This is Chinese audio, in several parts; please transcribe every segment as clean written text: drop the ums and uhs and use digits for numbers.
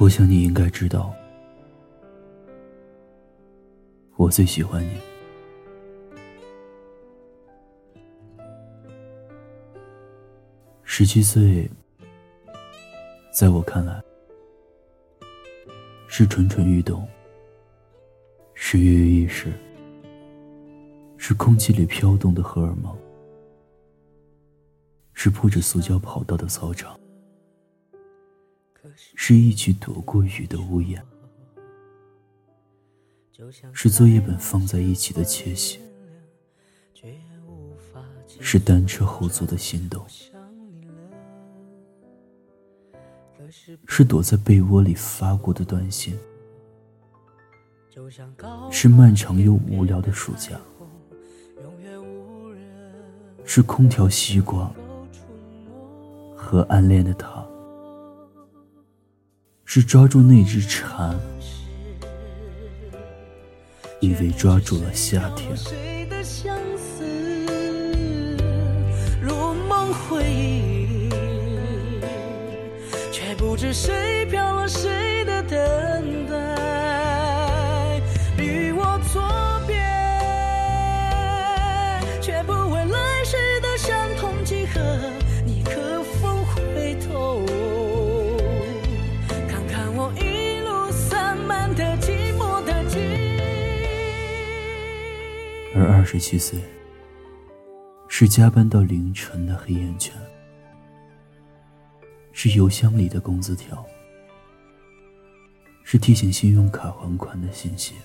我想你应该知道，我最喜欢你。17岁，在我看来，是蠢蠢欲动，是跃跃欲试，是空气里飘动的荷尔蒙，是铺着塑胶跑道的操场，是一起躲过雨的屋檐，是作业本放在一起的窃喜，是单车后座的心动，是躲在被窝里发过的短信，是漫长又无聊的暑假，是空调西瓜和暗恋的他，是抓住那只蝉，以为抓住了夏天。 不知谁飘了谁的等待，与我错别，却不为来世的相同几何。你可否回头，看看我一路散漫的寂寞的记忆。 而27岁，是加班到凌晨的黑眼圈，是邮箱里的工资条，是提醒信用卡还款的信息，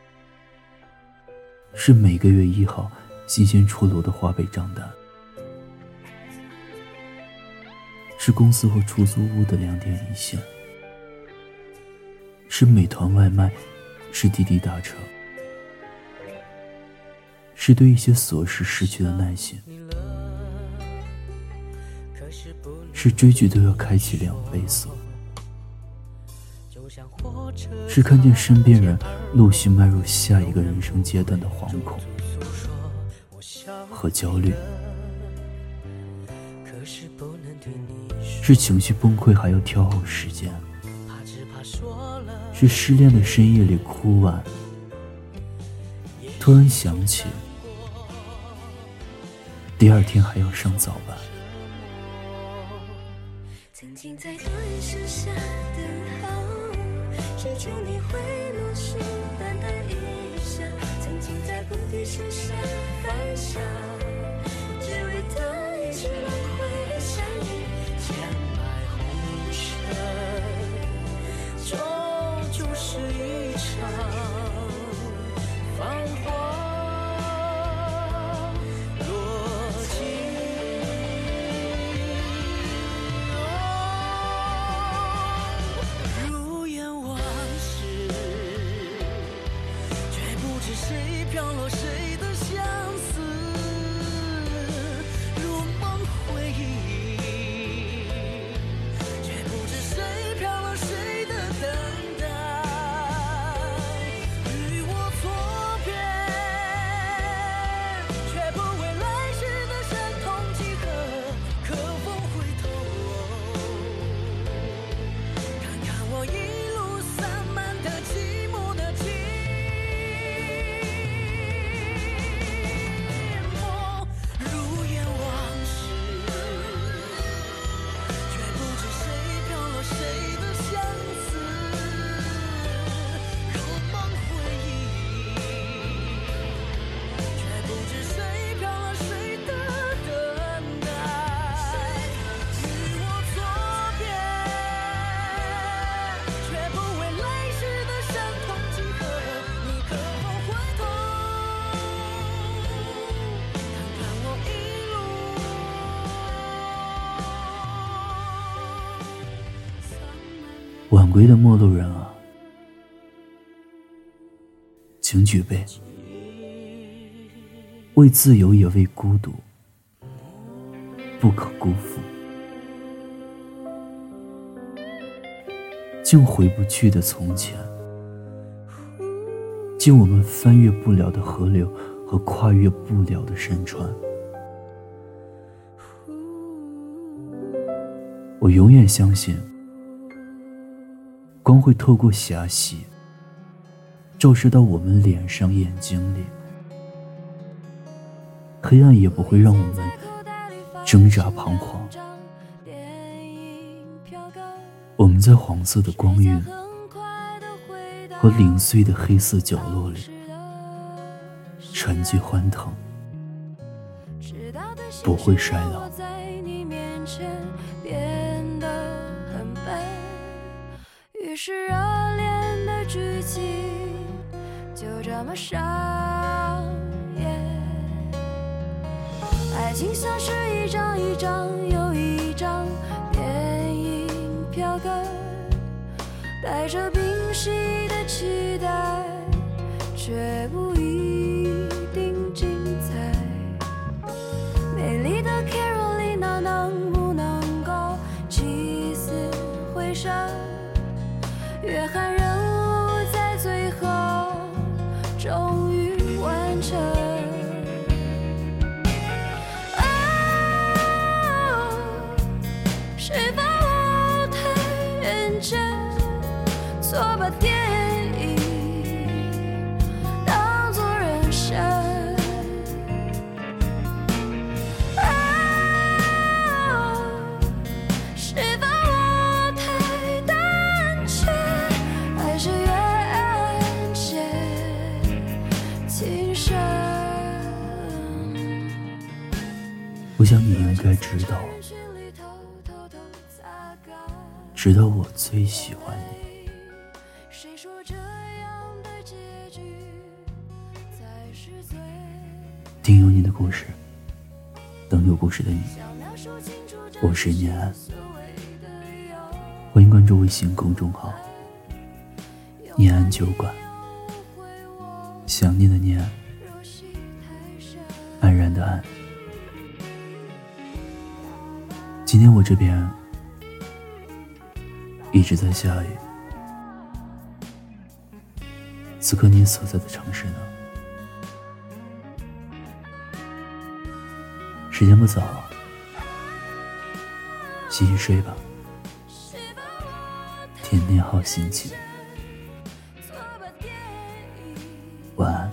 是每个月1号新鲜出炉的花呗账单，是公司或出租屋的2点一线，是美团外卖，是滴滴打车，是对一些琐事失去的耐心，是追剧都要开启2倍速，是看见身边人陆续迈入下一个人生阶段的惶恐和焦虑，是情绪崩溃还要挑好时间，是失恋的深夜里哭完，突然想起第2天还要上早班。 曾经在多人树下等候，谁祝你会落树淡淡一笑，曾经在菩提树下欢笑，只为他一句轮回的相遇。 千百红尘终究是一场繁华谁飘落谁的相思，如梦回忆，却不知谁飘了谁的等待，与我错别，却不为来世的相同几何。可否回头，看看我一路散漫的寂寞的记忆。 晚归的陌路人啊，请举杯，为自由也为孤独，不可辜负。竟回不去的从前，竟我们翻越不了的河流和跨越不了的山川。我永远相信光会透过狭隙照射到我们脸上眼睛里，黑暗也不会让我们挣扎彷徨。我们在黄色的光晕和零碎的黑色角落里沉寂欢腾，不会衰老。 于是热恋的剧情就这么上演，爱情像是一张一张又一张电影票根，带着屏息的期待，却不一定精彩。美丽的 Carolina 能不能够起死回生？约翰任务在最后终于完成。是否我太认真，错把电影当作人生？是否我太单纯？还是缘浅情深？ 我想你应该知道，直到我最喜欢你。听有你的故事，等有故事的你。我是念安，欢迎关注微信公众号念安酒馆。想念的念，安然的安。今天我这边一直在下雨，此刻你所在的城市呢？时间不早了，洗洗睡吧，天天好心情。晚安。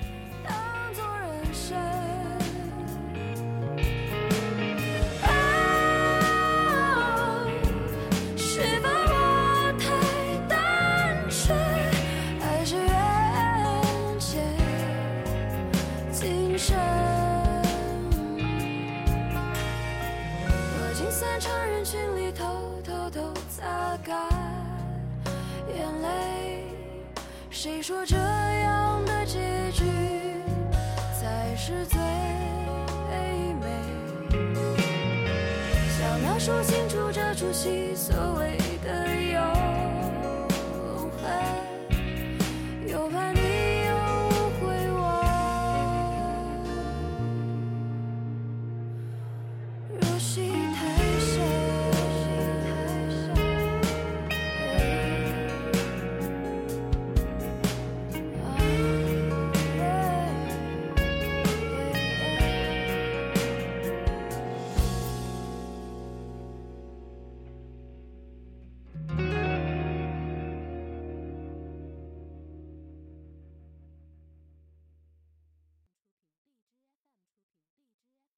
散场人群里偷擦干眼泪，谁说这样的结局才是最美？想描述清楚这出戏所谓的永恒，又怕你又误会我，若是